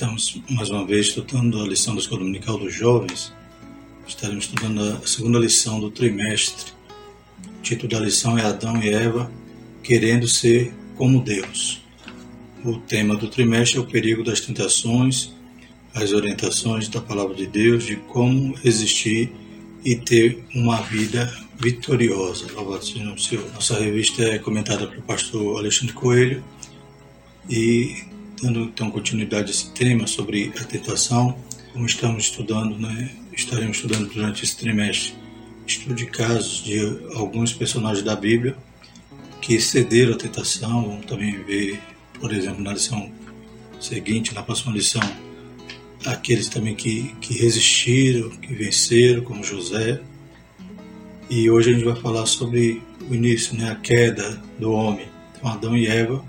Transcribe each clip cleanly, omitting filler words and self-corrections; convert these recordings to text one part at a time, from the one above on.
Estamos mais uma vez estudando a lição da Escola Dominical dos Jovens. Estaremos estudando a segunda lição do trimestre. O título da lição é Adão e Eva querendo ser como Deus. O tema do trimestre é o perigo das tentações, as orientações da Palavra de Deus, de como resistir e ter uma vida vitoriosa. Louvado seja o nome do Senhor. Nossa revista é comentada pelo pastor Alexandre Coelho e dando então continuidade a esse tema sobre a tentação, como estamos estudando, estaremos estudando durante esse trimestre, estudo de casos de alguns personagens da Bíblia que cederam à tentação. Vamos também ver, por exemplo, na lição seguinte, na próxima lição, aqueles também que resistiram, que venceram, como José. E hoje a gente vai falar sobre o início, a queda do homem, então Adão e Eva.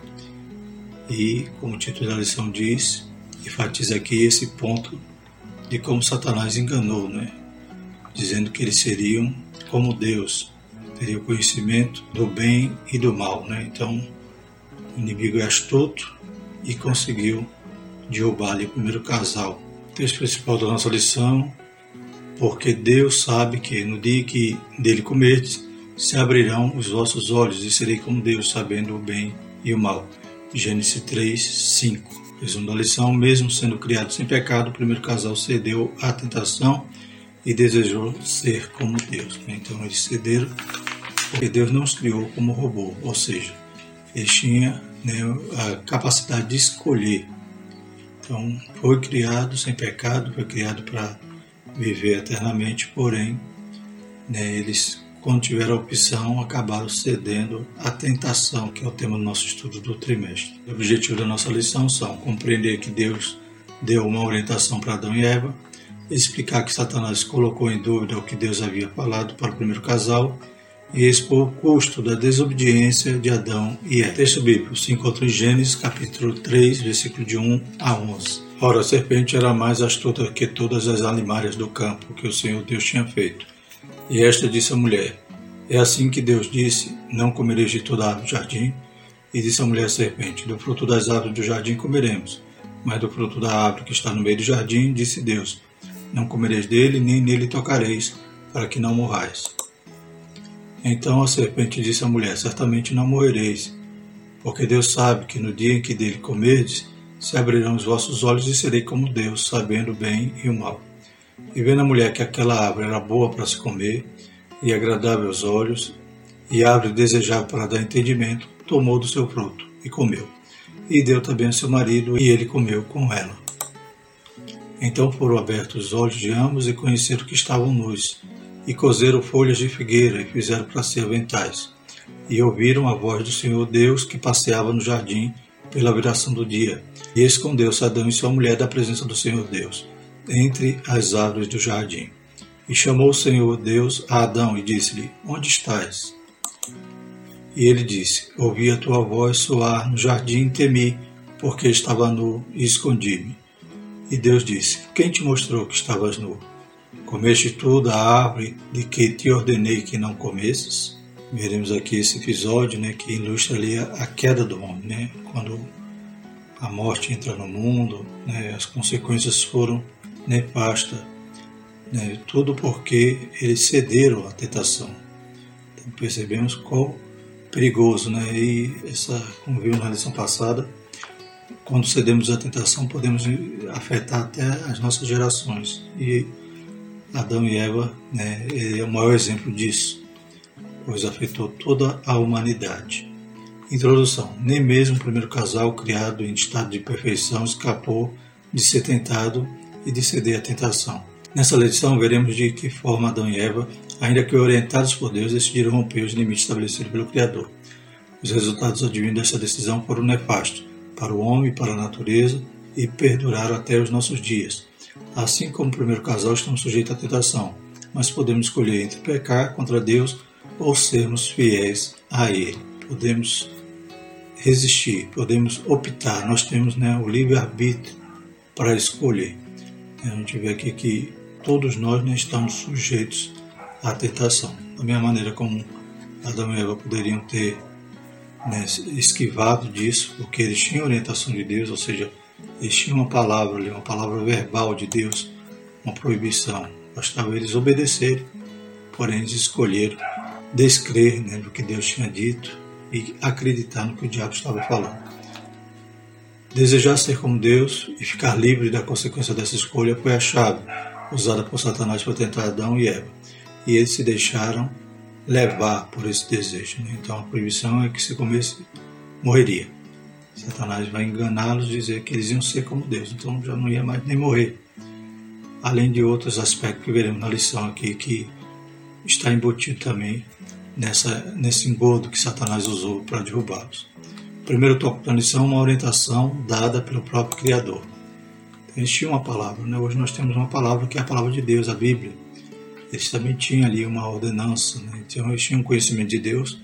E, como o título da lição diz, enfatiza aqui esse ponto de como Satanás enganou, dizendo que eles seriam como Deus, teriam conhecimento do bem e do mal. Então, o inimigo é astuto e conseguiu derrubar ali o primeiro casal. O texto principal da nossa lição: porque Deus sabe que no dia que dele comerdes, se abrirão os vossos olhos e serei como Deus, sabendo o bem e o mal. Gênesis 3:5. Resumo da lição: mesmo sendo criado sem pecado, o primeiro casal cedeu à tentação e desejou ser como Deus. Então eles cederam porque Deus não os criou como robô, ou seja, eles tinham a capacidade de escolher. Então foi criado sem pecado, foi criado para viver eternamente, porém eles, quando tiveram a opção, acabaram cedendo à tentação, que é o tema do nosso estudo do trimestre. O objetivo da nossa lição são compreender que Deus deu uma orientação para Adão e Eva, explicar que Satanás colocou em dúvida o que Deus havia falado para o primeiro casal e expor o custo da desobediência de Adão e Eva. O texto bíblico se encontra em Gênesis capítulo 3, versículo de 1 a 11. Ora, a serpente era mais astuta que todas as alimárias do campo que o Senhor Deus tinha feito. E esta disse à mulher: é assim que Deus disse, não comereis de toda a árvore do jardim? E disse a mulher à serpente: do fruto das árvores do jardim comeremos, mas do fruto da árvore que está no meio do jardim, disse Deus, não comereis dele, nem nele tocareis, para que não morrais. Então a serpente disse à mulher: certamente não morrereis, porque Deus sabe que no dia em que dele comerdes, se abrirão os vossos olhos e serei como Deus, sabendo o bem e o mal. E vendo a mulher que aquela árvore era boa para se comer, e agradável aos olhos, e árvore desejável para dar entendimento, tomou do seu fruto, e comeu. E deu também a seu marido, e ele comeu com ela. Então foram abertos os olhos de ambos, e conheceram que estavam nus, e coseram folhas de figueira, e fizeram para si aventais. E ouviram a voz do Senhor Deus, que passeava no jardim, pela viração do dia. E escondeu-se Adão e sua mulher da presença do Senhor Deus, entre as árvores do jardim. E chamou o Senhor Deus a Adão e disse-lhe: onde estás? E ele disse: ouvi a tua voz soar no jardim e temi, porque estava nu e escondi-me. E Deus disse: quem te mostrou que estavas nu? Comeste tu da árvore de que te ordenei que não comesses? Veremos aqui esse episódio que ilustra ali a queda do homem, quando a morte entra no mundo, as consequências foram nefastas, tudo porque eles cederam à tentação. Então percebemos qual perigoso, e como vimos na lição passada, quando cedemos à tentação podemos afetar até as nossas gerações, e Adão e Eva é o maior exemplo disso, pois afetou toda a humanidade. Introdução: nem mesmo o primeiro casal, criado em estado de perfeição, escapou de ser tentado e de ceder à tentação. Nessa lição veremos de que forma Adão e Eva, ainda que orientados por Deus, decidiram romper os limites estabelecidos pelo Criador. Os resultados advindos dessa decisão foram nefastos para o homem e para a natureza e perduraram até os nossos dias. Assim como o primeiro casal, estamos sujeitos à tentação, mas podemos escolher entre pecar contra Deus ou sermos fiéis a Ele. Podemos resistir, podemos optar, nós temos o livre-arbítrio para escolher. A gente vê aqui que todos nós estamos sujeitos à tentação. Da mesma maneira como Adão e Eva poderiam ter esquivado disso, porque eles tinham orientação de Deus, ou seja, Eles tinham uma palavra ali, uma palavra verbal de Deus, uma proibição. Bastava eles obedecerem, porém eles escolheram descrer, né, do que Deus tinha dito e acreditar no que o diabo estava falando. Desejar ser como Deus e ficar livre da consequência dessa escolha foi a chave usada por Satanás para tentar Adão e Eva. E eles se deixaram levar por esse desejo, né? Então a proibição é que se comesse, morreria. Satanás vai enganá-los e dizer que eles iam ser como Deus, então já não ia mais nem morrer. Além de outros aspectos que veremos na lição aqui, que está embutido também nesse engodo que Satanás usou para derrubá-los. O primeiro tópico da lição é uma orientação dada pelo próprio Criador. Eles tinham uma palavra, né? Hoje nós temos uma palavra que é a palavra de Deus, a Bíblia. Eles também tinham ali uma ordenança, né? Então eles tinham conhecimento de Deus,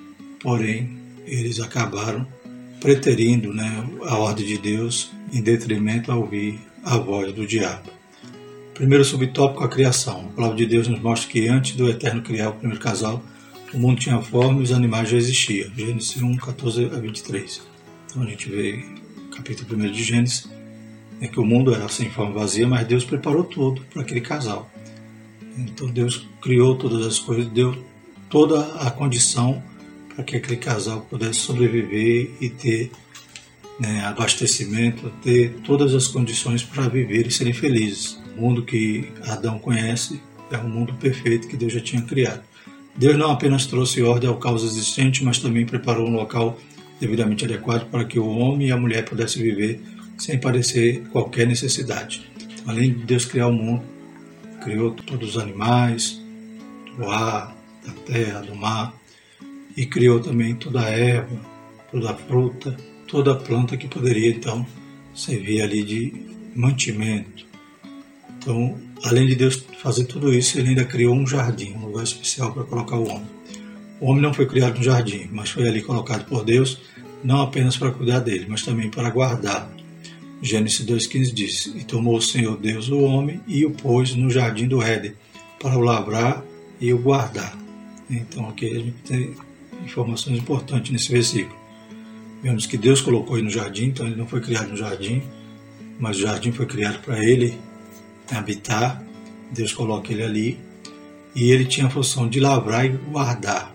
porém eles acabaram preterindo, né, a ordem de Deus em detrimento a ouvir a voz do diabo. Primeiro subtópico, a criação. A palavra de Deus nos mostra que antes do Eterno criar o primeiro casal, o mundo tinha forma e os animais já existiam. Gênesis 1, 14 a 23. Então a gente vê capítulo 1 de Gênesis, é que o mundo era sem forma, vazia, mas Deus preparou tudo para aquele casal. Então Deus criou todas as coisas, deu toda a condição para que aquele casal pudesse sobreviver e ter, né, abastecimento, ter todas as condições para viver e serem felizes. O mundo que Adão conhece é um mundo perfeito que Deus já tinha criado. Deus não apenas trouxe ordem ao caos existente, mas também preparou um local devidamente adequado para que o homem e a mulher pudessem viver sem padecer qualquer necessidade. Além de Deus criar o mundo, criou todos os animais, do ar, da terra, do mar, e criou também toda a erva, toda a fruta, toda a planta que poderia então servir ali de mantimento. Então, além de Deus fazer tudo isso, ele ainda criou um jardim, um lugar especial para colocar o homem. O homem não foi criado no jardim, mas foi ali colocado por Deus, não apenas para cuidar dele, mas também para guardar. Gênesis 2,15 diz: E tomou o Senhor Deus o homem e o pôs no jardim do Éden, para o lavrar e o guardar. Então aqui a gente tem informações importantes nesse versículo. Vemos que Deus colocou ele no jardim, então ele não foi criado no jardim, mas o jardim foi criado para ele habitar. Deus coloca ele ali e ele tinha a função de lavrar e guardar.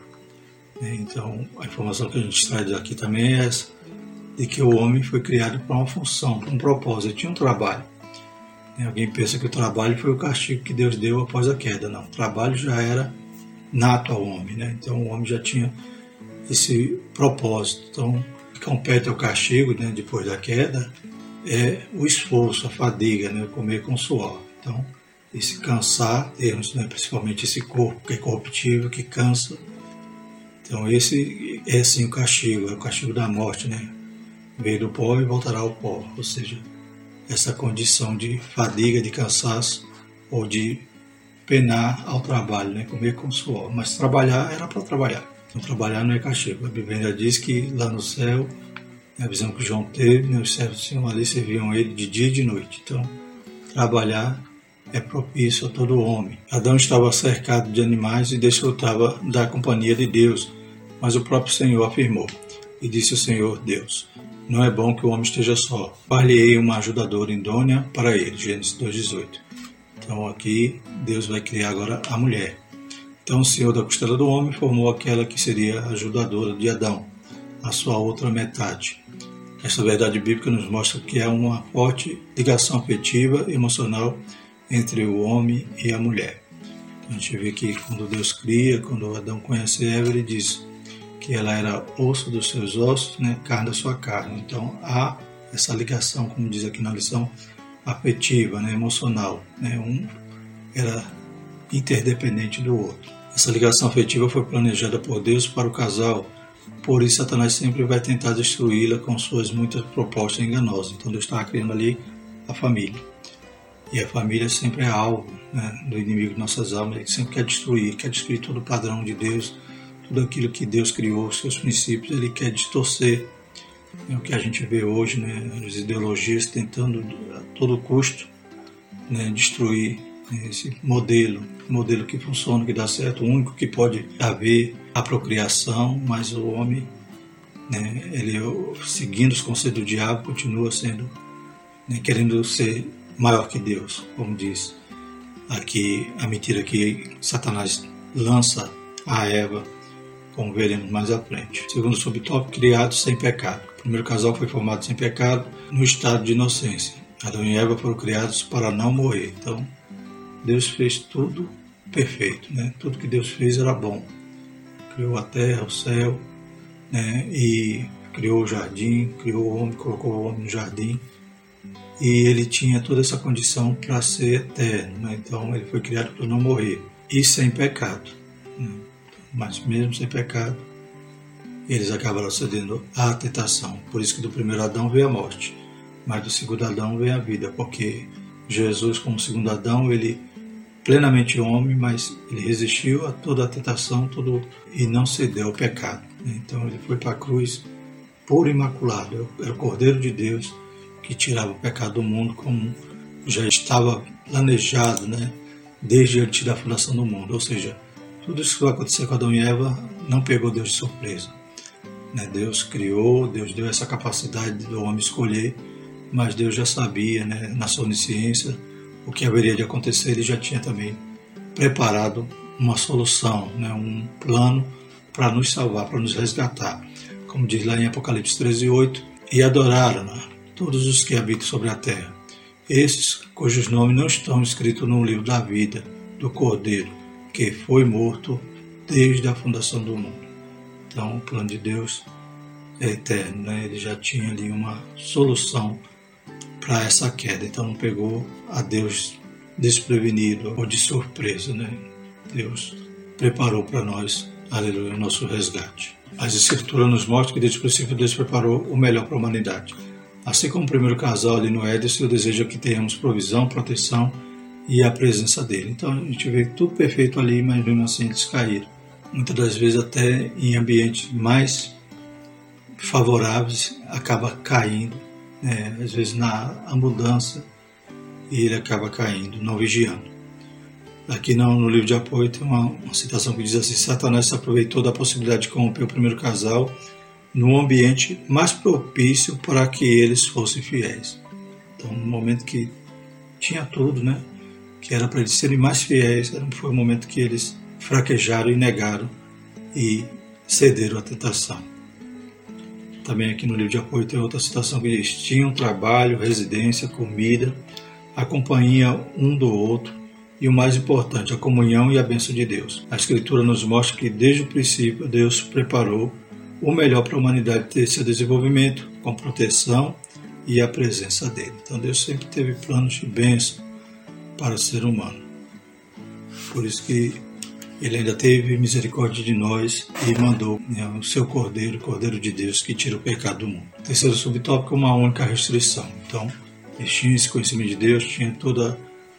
Então a informação que a gente traz aqui também é essa, de que o homem foi criado para uma função, para um propósito, ele tinha um trabalho. Alguém pensa que o trabalho foi o castigo que Deus deu após a queda. Não, o trabalho já era nato ao homem, né? Então o homem já tinha esse propósito. Então o que compete ao castigo, né, depois da queda é o esforço, a fadiga, né, comer com suor. Então esse cansar, termos, né, principalmente esse corpo que é corruptível, que cansa. Então esse é sim o castigo, é o castigo da morte, né? Veio do pó e voltará ao pó, ou seja, essa condição de fadiga, de cansaço ou de penar ao trabalho, né? Comer com suor. Mas trabalhar era para trabalhar, então trabalhar não é castigo. A Bíblia ainda diz que lá no céu, a visão que João teve, né, os servos ali serviam ele de dia e de noite. Então trabalhar é propício a todo homem. Adão estava cercado de animais e desfrutava da companhia de Deus, mas o próprio Senhor afirmou: E disse o Senhor Deus: Não é bom que o homem esteja só. Far-lhe-ei uma ajudadora idônea para ele. Gênesis 2,18. Então aqui Deus vai criar agora a mulher. Então o Senhor da costela do homem formou aquela que seria a ajudadora de Adão, a sua outra metade. Esta verdade bíblica nos mostra que há uma forte ligação afetiva e emocional entre o homem e a mulher. Então, a gente vê que quando Deus cria, quando Adão conhece Eva, ele diz que ela era osso dos seus ossos, né, carne da sua carne. Então há essa ligação, como diz aqui na lição, afetiva, né, emocional. Né, um era interdependente do outro. Essa ligação afetiva foi planejada por Deus para o casal, por isso Satanás sempre vai tentar destruí-la com suas muitas propostas enganosas. Então Deus estava criando ali a família. E a família sempre é alvo, né, do inimigo de nossas almas. Ele sempre quer destruir todo o padrão de Deus, tudo aquilo que Deus criou, os seus princípios, ele quer distorcer. É o que a gente vê hoje, né, as ideologias tentando a todo custo, né, destruir esse modelo que funciona, que dá certo, o único que pode haver a procriação, mas o homem, né, ele seguindo os conselhos do diabo, continua sendo né, querendo ser maior que Deus, como diz aqui a mentira que Satanás lança a Eva, como veremos mais à frente. Segundo subtópico, criados sem pecado. O primeiro casal foi formado sem pecado, no estado de inocência. Adão e Eva foram criados para não morrer. Então, Deus fez tudo perfeito, né? Tudo que Deus fez era bom. Criou a terra, o céu, né? E criou o jardim, criou o homem, colocou o homem no jardim. E ele tinha toda essa condição para ser eterno, né? Então, ele foi criado para não morrer. E sem pecado, né? Mas mesmo sem pecado, eles acabaram cedendo à tentação. Por isso que do primeiro Adão veio a morte, mas do segundo Adão veio a vida, porque Jesus, como segundo Adão, ele plenamente homem, mas ele resistiu a toda a tentação e não cedeu ao pecado. Então ele foi para a cruz puro e imaculado. Era o Cordeiro de Deus que tirava o pecado do mundo, como já estava planejado, né, desde antes da fundação do mundo. Ou seja, tudo isso que vai acontecer com Adão e Eva não pegou Deus de surpresa. Deus criou, Deus deu essa capacidade do homem escolher, mas Deus já sabia, né, na sua onisciência, o que haveria de acontecer. Ele já tinha também preparado uma solução, né, um plano para nos salvar, para nos resgatar. Como diz lá em Apocalipse 13:8, e adoraram todos os que habitam sobre a terra, esses cujos nomes não estão escritos no livro da vida do Cordeiro, que foi morto desde a fundação do mundo. Então o plano de Deus é eterno, né? Ele já tinha ali uma solução para essa queda, então não pegou a Deus desprevenido ou de surpresa, né? Deus preparou para nós, aleluia, o nosso resgate. As Escrituras nos mostram que desde o princípio Deus preparou o melhor para a humanidade. Assim como o primeiro casal ali no Éden, o desejo é que tenhamos provisão, proteção e a presença dele. Então a gente vê tudo perfeito ali, mas mesmo assim eles caíram. Muitas das vezes até em ambientes mais favoráveis acaba caindo, né? Às vezes na mudança, e ele acaba caindo, não vigiando. Aqui no livro de apoio tem uma citação que diz assim: Satanás se aproveitou da possibilidade de corromper o primeiro casal no ambiente mais propício para que eles fossem fiéis. Então, no momento que tinha tudo, né, que era para eles serem mais fiéis, foi o momento que eles fraquejaram e negaram e cederam à tentação. Também aqui no livro de apoio tem outra citação que diz: tinham trabalho, residência, comida, a companhia um do outro e o mais importante, a comunhão e a bênção de Deus. A Escritura nos mostra que desde o princípio Deus preparou o melhor para a humanidade ter seu desenvolvimento, com proteção e a presença dele. Então Deus sempre teve planos de bênção para o ser humano. Por isso que ele ainda teve misericórdia de nós e mandou, né, o seu Cordeiro, o Cordeiro de Deus, que tira o pecado do mundo. Terceiro subtópico, uma única restrição. Então, eles tinham esse conhecimento de Deus, tinha toda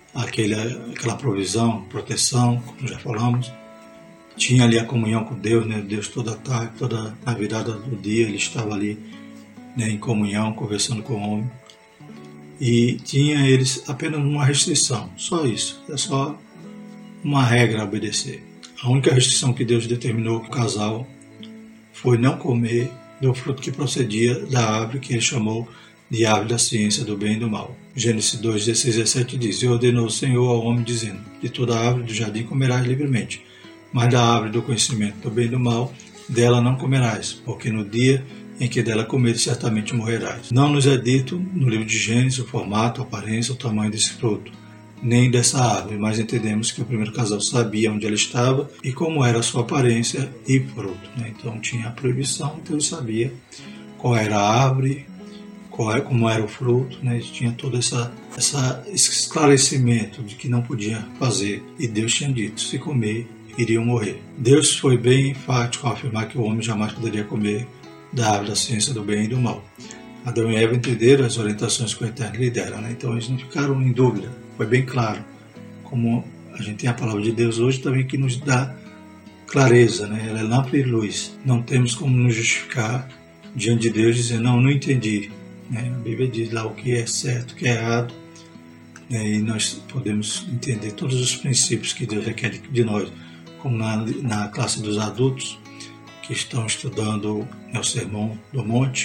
aquela provisão, proteção, como já falamos. Tinha ali a comunhão com Deus, né? Deus toda a tarde, toda a virada do dia, ele estava ali, né, em comunhão, conversando com o homem. E tinha eles apenas uma restrição, só isso, é só uma regra a obedecer. A única restrição que Deus determinou para o casal foi não comer do fruto que procedia da árvore que ele chamou de árvore da ciência do bem e do mal. Gênesis 2:16-17 diz: E ordenou o Senhor ao homem, dizendo: De toda a árvore do jardim comerás livremente, mas da árvore do conhecimento do bem e do mal, dela não comerás, porque no dia em que dela comeres, certamente morrerás. Não nos é dito no livro de Gênesis o formato, a aparência, o tamanho desse fruto, nem dessa árvore, mas entendemos que o primeiro casal sabia onde ela estava e como era a sua aparência e fruto, né? Então tinha a proibição, então ele sabia qual era a árvore, como era o fruto, né? Tinha todo esse esclarecimento de que não podia fazer, e Deus tinha dito: se comer, iriam morrer. Deus foi bem enfático ao afirmar que o homem jamais poderia comer da árvore da ciência do bem e do mal. Adão e Eva entenderam as orientações que o Eterno lhe deram, né? Então eles não ficaram em dúvida, foi bem claro. Como a gente tem a palavra de Deus hoje também, que nos dá clareza, né? Ela é lâmpada e luz. Não temos como nos justificar diante de Deus dizendo: não entendi, né? A Bíblia diz lá o que é certo, o que é errado, né? E nós podemos entender todos os princípios que Deus requer de nós, como na classe dos adultos que estão estudando, né, o Sermão do Monte,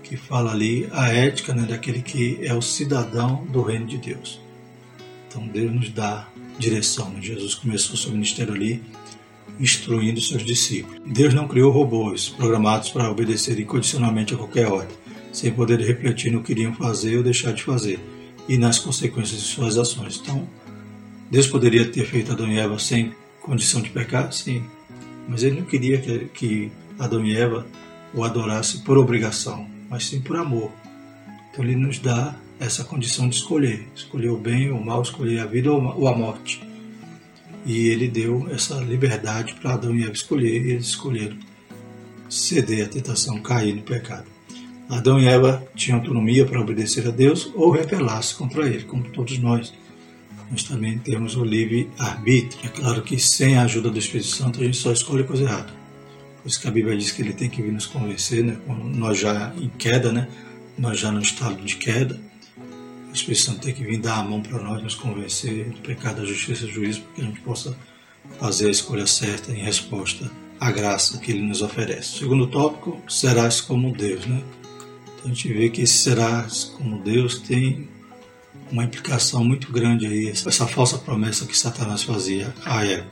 que fala ali a ética, né, daquele que é o cidadão do reino de Deus. Então Deus nos dá direção, né? Jesus começou seu ministério ali instruindo seus discípulos. Deus não criou robôs programados para obedecer incondicionalmente a qualquer ordem, sem poder refletir no que iriam fazer ou deixar de fazer e nas consequências de suas ações. Então, Deus poderia ter feito Adão e Eva sem condição de pecar? Sim, mas Ele não queria que Adão e Eva o adorassem por obrigação, mas sim por amor. Então Ele nos dá essa condição de escolher o bem ou o mal, escolher a vida ou a morte. E Ele deu essa liberdade para Adão e Eva escolher, e eles escolheram ceder à tentação, cair no pecado. Adão e Eva tinham autonomia para obedecer a Deus ou rebelar-se contra Ele, como todos nós. Nós também temos o livre-arbítrio. É claro que sem a ajuda do Espírito Santo a gente só escolhe a coisa errada. Por isso que a Bíblia diz que Ele tem que vir nos convencer, né? Quando nós já em queda, né? Nós já no estado de queda, o Espírito Santo tem que vir dar a mão para nós, nos convencer do pecado, da justiça e do juízo, para que a gente possa fazer a escolha certa em resposta à graça que Ele nos oferece. Segundo tópico, serás como Deus, né? Então a gente vê que esse serás como Deus tem uma implicação muito grande aí, essa falsa promessa que Satanás fazia a Eva.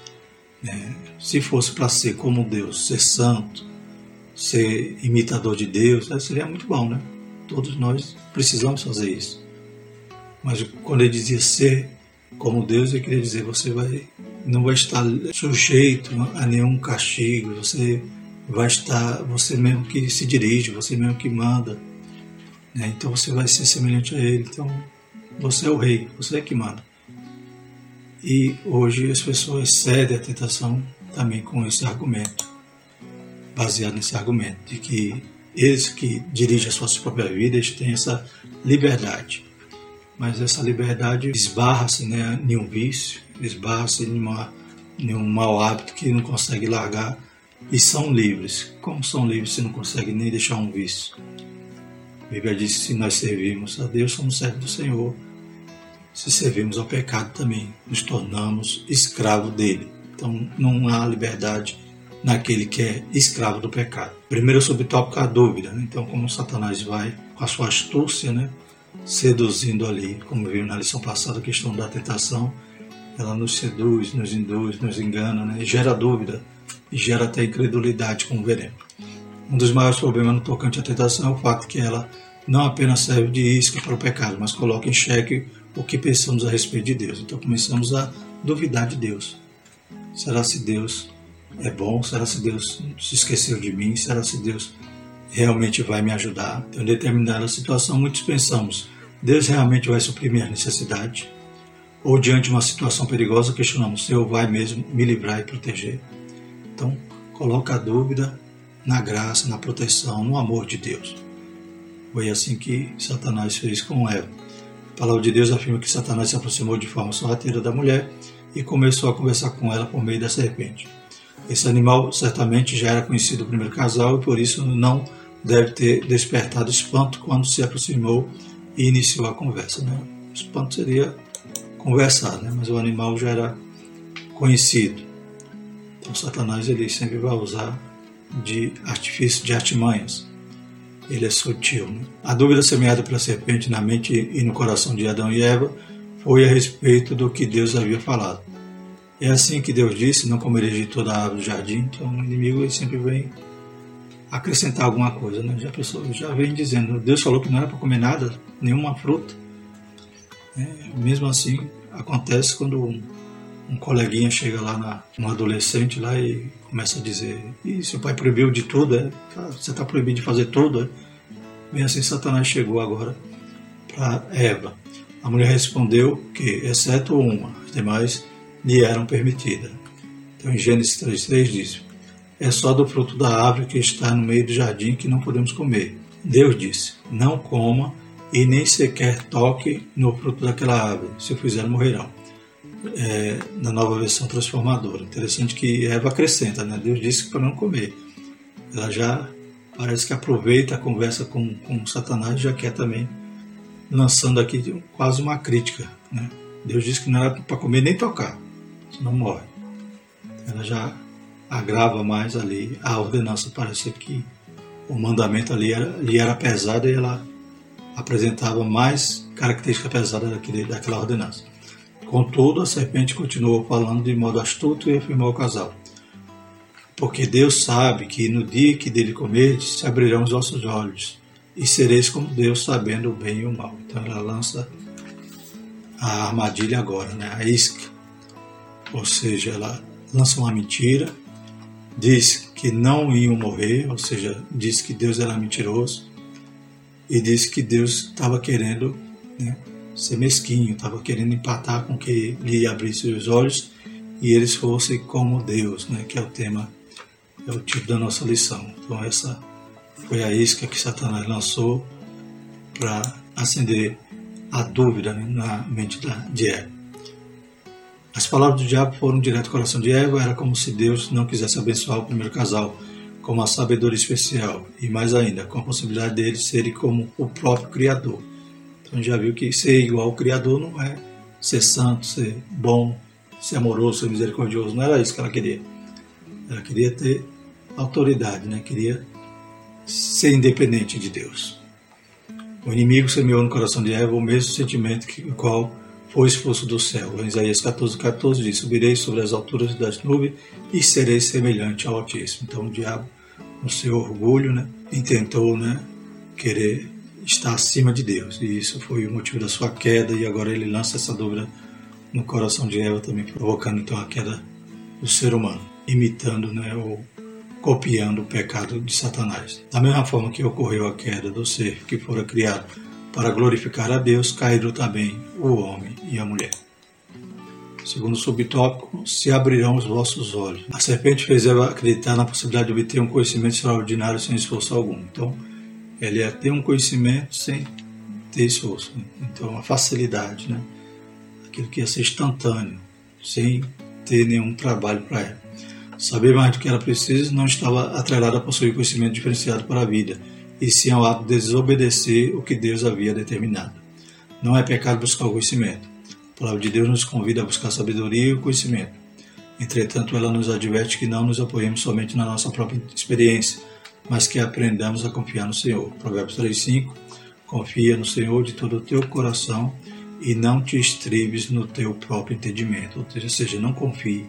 Se fosse para ser como Deus, ser santo, ser imitador de Deus, seria muito bom, né? Todos nós precisamos fazer isso. Mas quando ele dizia ser como Deus, ele queria dizer, não vai estar sujeito a nenhum castigo, você vai estar, você mesmo que se dirige, você mesmo que manda, né? Então você vai ser semelhante a Ele. Então você é o rei, você é que manda. E hoje as pessoas cedem à tentação também com esse argumento, baseado nesse argumento de que eles que dirigem a sua própria vida, eles têm essa liberdade. Mas essa liberdade esbarra-se, né, em um vício, esbarra-se em um mau hábito que não consegue largar, e são livres. Como são livres se não conseguem nem deixar um vício? A Bíblia diz que se nós servimos a Deus, somos servos do Senhor. Se servimos ao pecado também, nos tornamos escravos dele. Então não há liberdade naquele que é escravo do pecado. Primeiro subtópico, a dúvida. Então como Satanás vai com a sua astúcia, né, seduzindo ali, como vimos na lição passada, a questão da tentação, ela nos seduz, nos induz, nos engana, né, e gera dúvida, e gera até incredulidade, como veremos. Um dos maiores problemas no tocante à tentação é o fato que ela não apenas serve de isca para o pecado, mas coloca em xeque o que pensamos a respeito de Deus. Então começamos a duvidar de Deus. Será se Deus é bom? Será se Deus se esqueceu de mim? Será se Deus realmente vai me ajudar? Então, em determinada situação, muitos pensamos, Deus realmente vai suprir minha necessidade? Ou diante de uma situação perigosa, questionamos, o Senhor vai mesmo me livrar e proteger? Então, coloca a dúvida na graça, na proteção, no amor de Deus. Foi assim que Satanás fez com Eva. A palavra de Deus afirma que Satanás se aproximou de forma sorrateira da mulher e começou a conversar com ela por meio da serpente. Esse animal certamente já era conhecido do primeiro casal e por isso não deve ter despertado espanto quando se aproximou e iniciou a conversa, né? O espanto seria conversar, né? Mas o animal já era conhecido. Então Satanás ele sempre vai usar de artifício, de artimanhas. Ele é sutil, né? A dúvida semeada pela serpente na mente e no coração de Adão e Eva foi a respeito do que Deus havia falado. É assim que Deus disse, não comereis de toda a árvore do jardim. Então o inimigo ele sempre vem acrescentar alguma coisa, né? Já vem dizendo, Deus falou que não era para comer nada, nenhuma fruta. Mesmo assim, acontece quando um coleguinha chega lá um adolescente lá e começa a dizer, seu pai proibiu de tudo, você está proibido de fazer tudo. Bem assim Satanás chegou agora para Eva. A mulher respondeu que, exceto uma, as demais lhe eram permitidas. Então em Gênesis 3,3 diz, é só do fruto da árvore que está no meio do jardim que não podemos comer. Deus disse, não coma e nem sequer toque no fruto daquela árvore, se o fizer morrerão. Na nova versão transformadora. Interessante que Eva acrescenta, né? Deus disse para não comer. Ela já parece que aproveita a conversa com Satanás, já quer também lançando aqui quase uma crítica, né? Deus disse que não era para comer nem tocar, senão morre. Ela já agrava mais ali a ordenança, parece que o mandamento ali lhe era pesado e ela apresentava mais característica pesada daquela ordenança. Contudo, a serpente continuou falando de modo astuto e afirmou ao casal: porque Deus sabe que no dia que dele comerdes, se abrirão os vossos olhos, e sereis como Deus, sabendo o bem e o mal. Então ela lança a armadilha agora, né? A isca. Ou seja, ela lança uma mentira, diz que não iam morrer, ou seja, diz que Deus era mentiroso, e diz que Deus estava querendo, né, ser mesquinho, estava querendo empatar com que lhe abrisse os olhos e eles fossem como Deus, né, que é o tema, é o título da nossa lição. Então essa foi a isca que Satanás lançou para acender a dúvida, né, na mente de Eva. As palavras do diabo foram direto ao coração de Eva. Era como se Deus não quisesse abençoar o primeiro casal com uma sabedoria especial, e mais ainda, com a possibilidade deles serem como o próprio Criador. Então já viu que ser igual ao Criador não é ser santo, ser bom, ser amoroso, ser misericordioso. Não era isso que ela queria. Ela queria ter autoridade, né? Queria ser independente de Deus. O inimigo semeou no coração de Eva o mesmo sentimento que o qual foi expulso do céu. Em Isaías 14:14 diz: subirei sobre as alturas das nuvens e serei semelhante ao Altíssimo. Então o diabo, no seu orgulho, né, intentou, né, querer estar acima de Deus. E isso foi o motivo da sua queda, e agora ele lança essa dúvida no coração de Eva também, provocando então a queda do ser humano, imitando, né, ou copiando o pecado de Satanás. Da mesma forma que ocorreu a queda do ser que fora criado para glorificar a Deus, caíram também o homem e a mulher. Segundo subtópico, se abrirão os vossos olhos. A serpente fez Eva acreditar na possibilidade de obter um conhecimento extraordinário sem esforço algum. Então, ela ia ter um conhecimento sem ter esforço. Então, a facilidade, né? Aquilo que ia ser instantâneo, sem ter nenhum trabalho para ela. Saber mais do que ela precisa não estava atrelado a possuir conhecimento diferenciado para a vida, e sim ao ato de desobedecer o que Deus havia determinado. Não é pecado buscar o conhecimento. A palavra de Deus nos convida a buscar sabedoria e o conhecimento. Entretanto, ela nos adverte que não nos apoiemos somente na nossa própria experiência, mas que aprendamos a confiar no Senhor. Provérbios 3:5: confia no Senhor de todo o teu coração e não te estribes no teu próprio entendimento. Ou seja, não confie,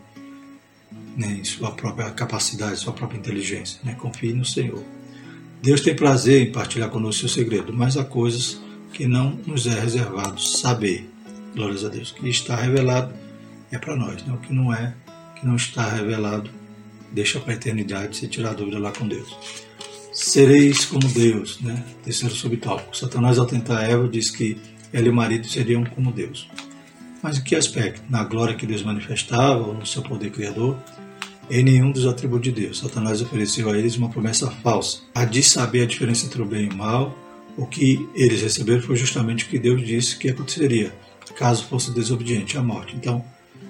né, em sua própria capacidade, sua própria inteligência. Né? Confie no Senhor. Deus tem prazer em partilhar conosco seu segredo, mas há coisas que não nos é reservado saber. Glórias a Deus. O que está revelado é para nós, né? O que não é, que não está revelado, deixa para a eternidade, se tirar a dúvida lá com Deus. Sereis como Deus, né? Terceiro subtópico. Satanás, ao tentar Eva, diz que ela e o marido seriam como Deus. Mas em que aspecto? Na glória que Deus manifestava, ou no seu poder criador? Em nenhum dos atributos de Deus. Satanás ofereceu a eles uma promessa falsa, a de saber a diferença entre o bem e o mal. O que eles receberam foi justamente o que Deus disse que aconteceria caso fosse desobediente, a morte. Então,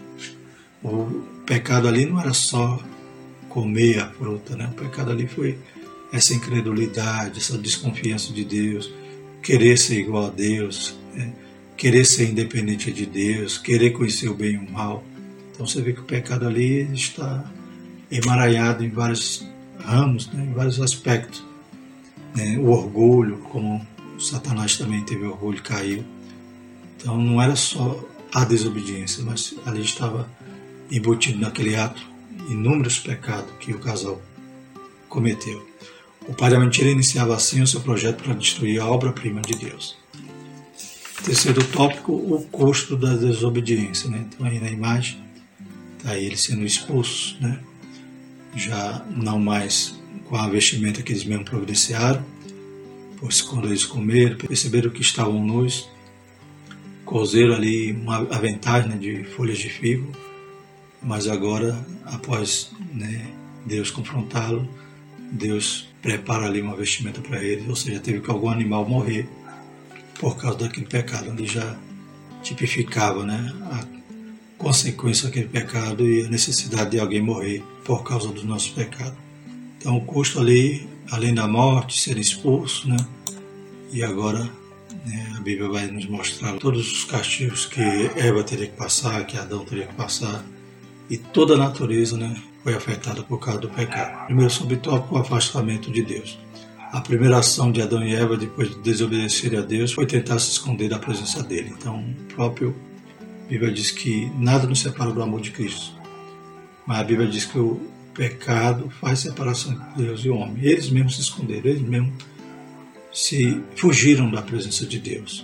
o pecado ali não era só comer a fruta, né? O pecado ali foi essa incredulidade, essa desconfiança de Deus, querer ser igual a Deus, né? Querer ser independente de Deus, querer conhecer o bem e o mal. Então você vê que o pecado ali está emaranhado em vários ramos, né? Em vários aspectos. Né? O orgulho, como Satanás também teve orgulho e caiu. Então não era só a desobediência, mas ali estava embutido naquele ato inúmeros pecados que o casal cometeu. O pai da mentira iniciava assim o seu projeto para destruir a obra-prima de Deus. Terceiro tópico, o custo da desobediência. Né? Então aí na imagem está ele sendo expulso, né? Já não mais com a vestimenta que eles mesmos providenciaram, pois quando eles comeram, perceberam que estavam nus, cozeram ali uma avental, né, de folhas de figo, mas agora, após, né, Deus confrontá-lo, Deus prepara ali uma vestimenta para eles, ou seja, teve que algum animal morrer por causa daquele pecado. Ali já tipificava, né, a consequência daquele pecado e a necessidade de alguém morrer por causa dos nossos pecados. Então o custo ali, além da morte, ser expulso, né, e agora, né, a Bíblia vai nos mostrar todos os castigos que Eva teria que passar, que Adão teria que passar, e toda a natureza, né, foi afetada por causa do pecado. Primeiro subtópico, o afastamento de Deus. A primeira ação de Adão e Eva, depois de desobedecerem a Deus, foi tentar se esconder da presença dele. Então, a Bíblia diz que nada nos separa do amor de Cristo. Mas a Bíblia diz que o pecado faz separação entre Deus e o homem. Eles mesmos se esconderam, eles mesmos se fugiram da presença de Deus.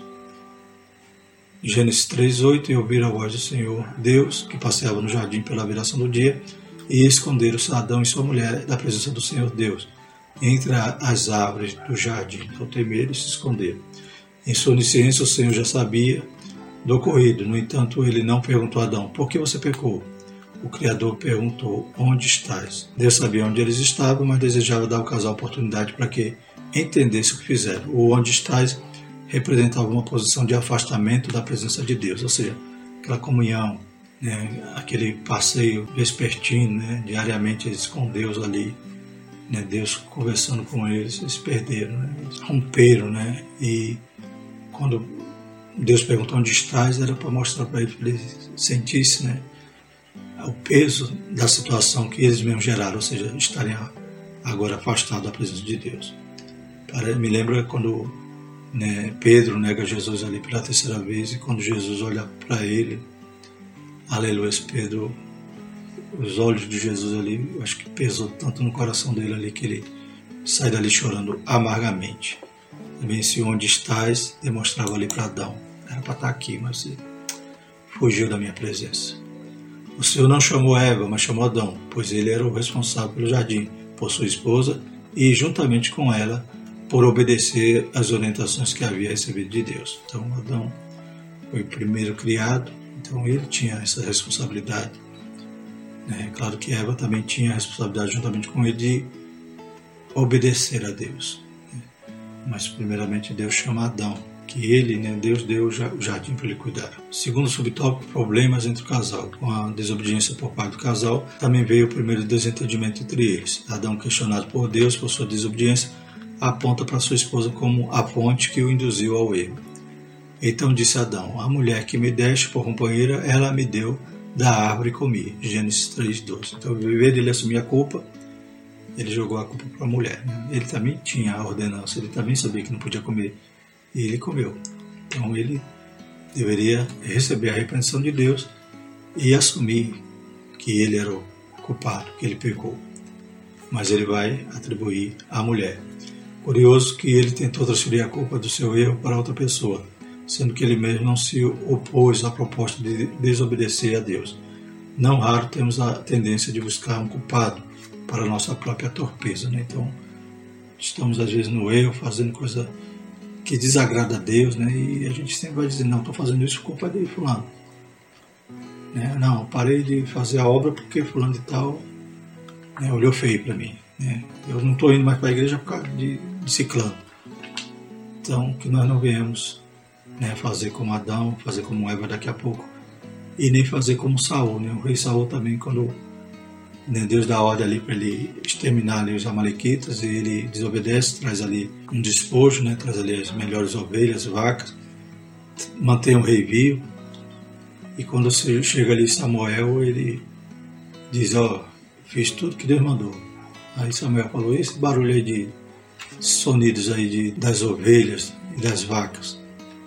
Gênesis 3:8, e ouviram a voz do Senhor Deus, que passeava no jardim pela viração do dia, e esconderam-se Adão e sua mulher da presença do Senhor Deus, entre as árvores do jardim. Então temeram e se esconderam. Em sua onisciência o Senhor já sabia do ocorrido, no entanto ele não perguntou a Adão, por que você pecou? O Criador perguntou, onde estás? Deus sabia onde eles estavam, mas desejava dar ao casal a oportunidade para que entendesse o que fizeram. O onde estás representava uma posição de afastamento da presença de Deus, ou seja, aquela comunhão, né, aquele passeio vespertino, né, diariamente eles com Deus ali, né, Deus conversando com eles, eles perderam, né, eles romperam, né, e quando Deus perguntou onde estás, era para mostrar para ele sentisse, né, o peso da situação que eles mesmos geraram, ou seja, estarem agora afastados da presença de Deus. Me lembra quando, né, Pedro nega Jesus ali pela terceira vez, e quando Jesus olha para ele, aleluia, Pedro, os olhos de Jesus ali, eu acho que pesou tanto no coração dele ali que ele sai dali chorando amargamente. Também esse onde estás demonstrava ali para Adão, era para estar aqui, mas ele fugiu da minha presença. O Senhor não chamou Eva, mas chamou Adão, pois ele era o responsável pelo jardim, por sua esposa, e juntamente com ela, por obedecer às orientações que havia recebido de Deus. Então Adão foi o primeiro criado, então ele tinha essa responsabilidade. Claro que Eva também tinha a responsabilidade juntamente com ele de obedecer a Deus. Mas primeiramente Deus chama Adão, que ele, Deus deu o jardim para ele cuidar. Segundo subtópico, problemas entre o casal. Com a desobediência por parte do casal, também veio o primeiro desentendimento entre eles. Adão, questionado por Deus por sua desobediência, aponta para sua esposa como a fonte que o induziu ao erro. Então disse Adão, a mulher que me deste por companheira, ela me deu da árvore e comi. Gênesis 3:12. Então, ao invés dele assumir a culpa, ele jogou a culpa para a mulher. Ele também tinha a ordenança, ele também sabia que não podia comer, e ele comeu. Então ele deveria receber a repreensão de Deus e assumir que ele era o culpado, que ele pecou. Mas ele vai atribuir à mulher. Curioso que ele tentou transferir a culpa do seu erro para outra pessoa, sendo que ele mesmo não se opôs à proposta de desobedecer a Deus. Não raro temos a tendência de buscar um culpado para a nossa própria torpeza. Então, estamos às vezes no erro, fazendo coisa que desagrada a Deus, e a gente sempre vai dizer, não, estou fazendo isso por culpa de fulano. Não, parei de fazer a obra porque fulano de tal olhou feio para mim. Eu não estou indo mais para a igreja por causa de ciclano. Então, que nós não venhamos fazer como Adão, fazer como Eva daqui a pouco, e nem fazer como Saul. O rei Saul também, quando Deus dá ordem ali para ele exterminar ali os amalequitas, e ele desobedece, traz ali um despojo, traz ali as melhores ovelhas, vacas, mantém o rei vivo, e quando chega ali Samuel, ele diz, fiz tudo que Deus mandou. Aí Samuel falou, esse barulho aí de sonidos aí das ovelhas e das vacas.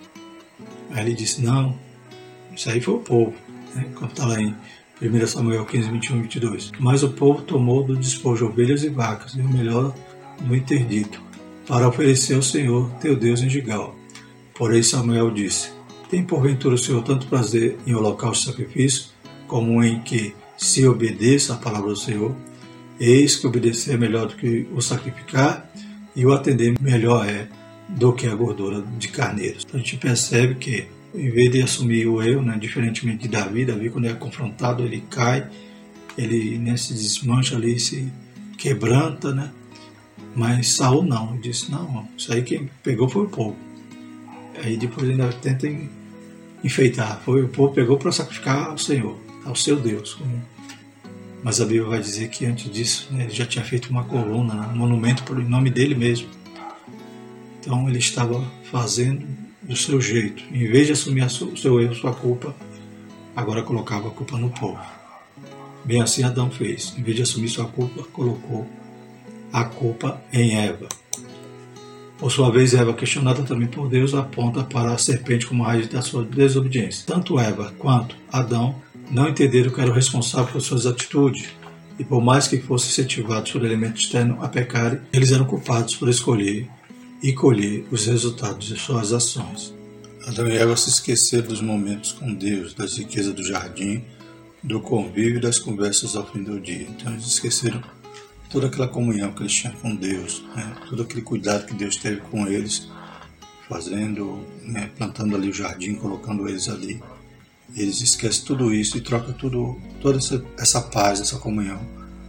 Aí ele disse, não, isso aí foi o povo, como está lá em 1 Samuel 15, 21 e 22. Mas o povo tomou do despojo ovelhas e vacas, e o melhor do interdito, para oferecer ao Senhor teu Deus em Gigal. Porém Samuel disse, tem porventura o Senhor tanto prazer em holocausto e sacrifício, como em que se obedeça à palavra do Senhor? Eis que obedecer é melhor do que o sacrificar, e o atender melhor é do que a gordura de carneiros. Então a gente percebe que, em vez de assumir o erro, diferentemente de Davi, quando é confrontado, ele cai, ele se desmancha ali, se quebranta, mas Saul não, ele disse, não, isso aí quem pegou foi o povo. Aí depois ainda tenta enfeitar, foi o povo pegou para sacrificar ao Senhor, ao seu Deus. Mas a Bíblia vai dizer que antes disso, ele já tinha feito uma coluna, um monumento por nome dele mesmo. Então ele estava fazendo do seu jeito. Em vez de assumir o seu erro, sua culpa, agora colocava a culpa no povo. Bem assim Adão fez. Em vez de assumir sua culpa, colocou a culpa em Eva. Por sua vez, Eva, questionada também por Deus, aponta para a serpente como raiz da sua desobediência. Tanto Eva quanto Adão não entenderam que era o responsável por suas atitudes, e por mais que fossem incentivados por elemento externo a pecarem, eles eram culpados por escolher e colher os resultados de suas ações. Adão e Eva se esqueceram dos momentos com Deus, das riquezas do jardim, do convívio e das conversas ao fim do dia. Então eles esqueceram toda aquela comunhão que eles tinham com Deus, todo aquele cuidado que Deus teve com eles, fazendo, plantando ali o jardim, colocando eles ali. Eles esquecem tudo isso e trocam toda essa paz, essa comunhão,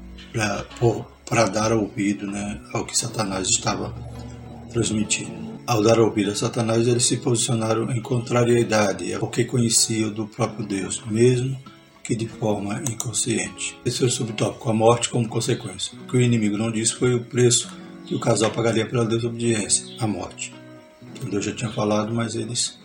para dar ouvido, ao que Satanás estava transmitindo. Ao dar ouvido a Satanás, eles se posicionaram em contrariedade ao que conheciam do próprio Deus, mesmo que de forma inconsciente. Terceiro subtópico, a morte como consequência. O que o inimigo não disse foi o preço que o casal pagaria pela desobediência, a morte. Então Deus já tinha falado, mas eles,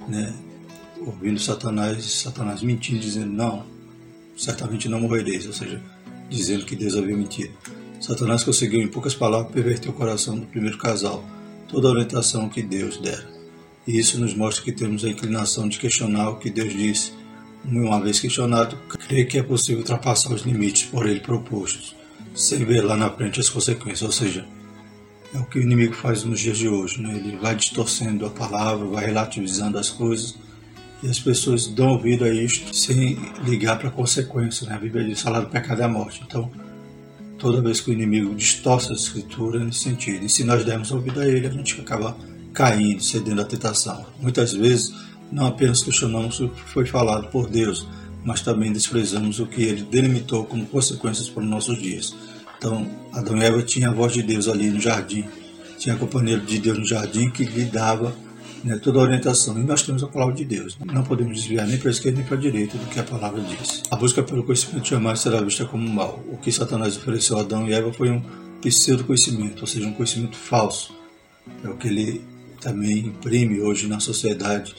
ouvindo Satanás mentindo, dizendo, não, certamente não morrereis, ou seja, dizendo que Deus havia mentido. Satanás conseguiu, em poucas palavras, perverter o coração do primeiro casal, toda a orientação que Deus dera. E isso nos mostra que temos a inclinação de questionar o que Deus disse. Uma vez questionado, creio que é possível ultrapassar os limites por ele propostos, sem ver lá na frente as consequências. Ou seja, é o que o inimigo faz nos dias de hoje. Ele vai distorcendo a palavra, vai relativizando as coisas, e as pessoas dão ouvido a isto sem ligar para a consequência. A Bíblia diz, o salário do pecado é a morte. Então, toda vez que o inimigo distorce a Escritura nesse sentido, e se nós dermos ouvido a ele, a gente acaba caindo, cedendo à tentação. Muitas vezes, não apenas questionamos o que foi falado por Deus, mas também desprezamos o que ele delimitou como consequências para os nossos dias. Então, Adão e Eva tinham a voz de Deus ali no jardim, tinha a companheira de Deus no jardim que lhe dava toda a orientação. E nós temos a palavra de Deus. Não podemos desviar nem para a esquerda nem para a direita do que a palavra diz. A busca pelo conhecimento jamais será vista como mal. O que Satanás ofereceu a Adão e Eva foi um pseudo-conhecimento, ou seja, um conhecimento falso. É o que ele também imprime hoje na sociedade,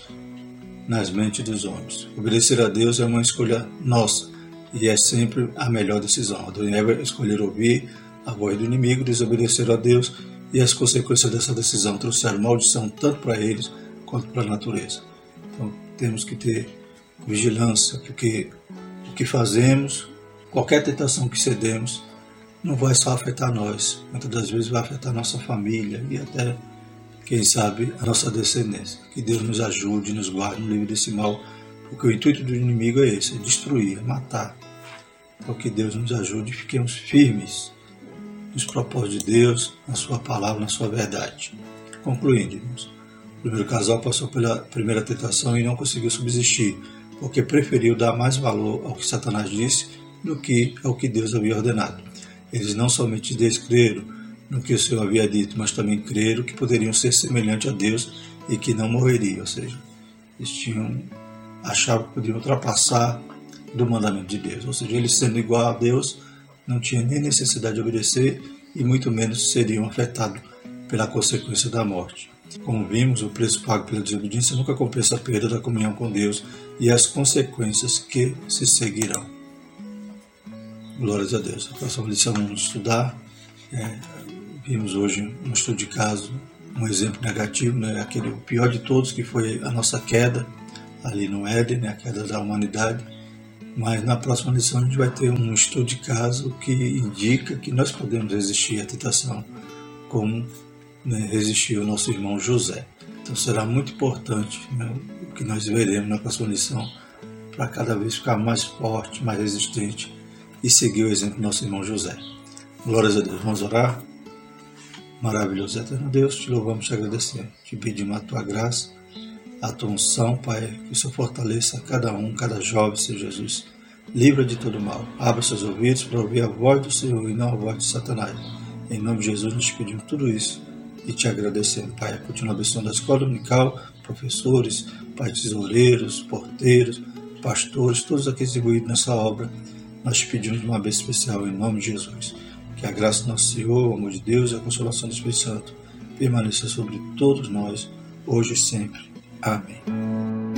nas mentes dos homens. Obedecer a Deus é uma escolha nossa e é sempre a melhor decisão. Adão e Eva escolheram ouvir a voz do inimigo, desobedeceram a Deus, e as consequências dessa decisão trouxeram maldição tanto para eles quanto para a natureza. Então temos que ter vigilância, porque o que fazemos, qualquer tentação que cedemos, não vai só afetar nós, muitas das vezes vai afetar nossa família e até, quem sabe, a nossa descendência. Que Deus nos ajude, nos guarde, nos livre desse mal, porque o intuito do inimigo é esse, é destruir, é matar. Então que Deus nos ajude e fiquemos firmes nos propósitos de Deus, na sua palavra, na sua verdade. Concluindo, irmãos, o primeiro casal passou pela primeira tentação e não conseguiu subsistir, porque preferiu dar mais valor ao que Satanás disse do que ao que Deus havia ordenado. Eles não somente descreram no que o Senhor havia dito, mas também creram que poderiam ser semelhantes a Deus e que não morreriam, ou seja, eles achavam que poderiam ultrapassar do mandamento de Deus, ou seja, eles sendo igual a Deus, não tinham nem necessidade de obedecer e muito menos seriam afetados pela consequência da morte. Como vimos, o preço pago pela desobediência nunca compensa a perda da comunhão com Deus e as consequências que se seguirão. Glórias a Deus. A próxima lição vamos estudar. Vimos hoje um estudo de caso, um exemplo negativo, o pior de todos, que foi a nossa queda ali no Éden, a queda da humanidade. Mas na próxima lição a gente vai ter um estudo de caso que indica que nós podemos resistir à tentação, como resistiu o nosso irmão José. Então será muito importante o que nós veremos na próxima lição, para cada vez ficar mais forte, mais resistente e seguir o exemplo do nosso irmão José. Glórias a Deus. Vamos orar? Maravilhoso eterno Deus, te louvamos e te agradecemos. Te pedimos a tua graça, a tua unção, Pai, que o Senhor fortaleça cada um, cada jovem, Senhor Jesus. Livra de todo mal. Abra seus ouvidos para ouvir a voz do Senhor e não a voz de Satanás. Em nome de Jesus, nós te pedimos tudo isso e te agradecemos, Pai. Continua abençoando a escola dominical, professores, Pai, tesoureiros, porteiros, pastores, todos aqueles envolvidos nessa obra. Nós te pedimos uma bênção especial em nome de Jesus. Que a graça do nosso Senhor, o amor de Deus e a consolação do Espírito Santo permaneça sobre todos nós, hoje e sempre. Amém.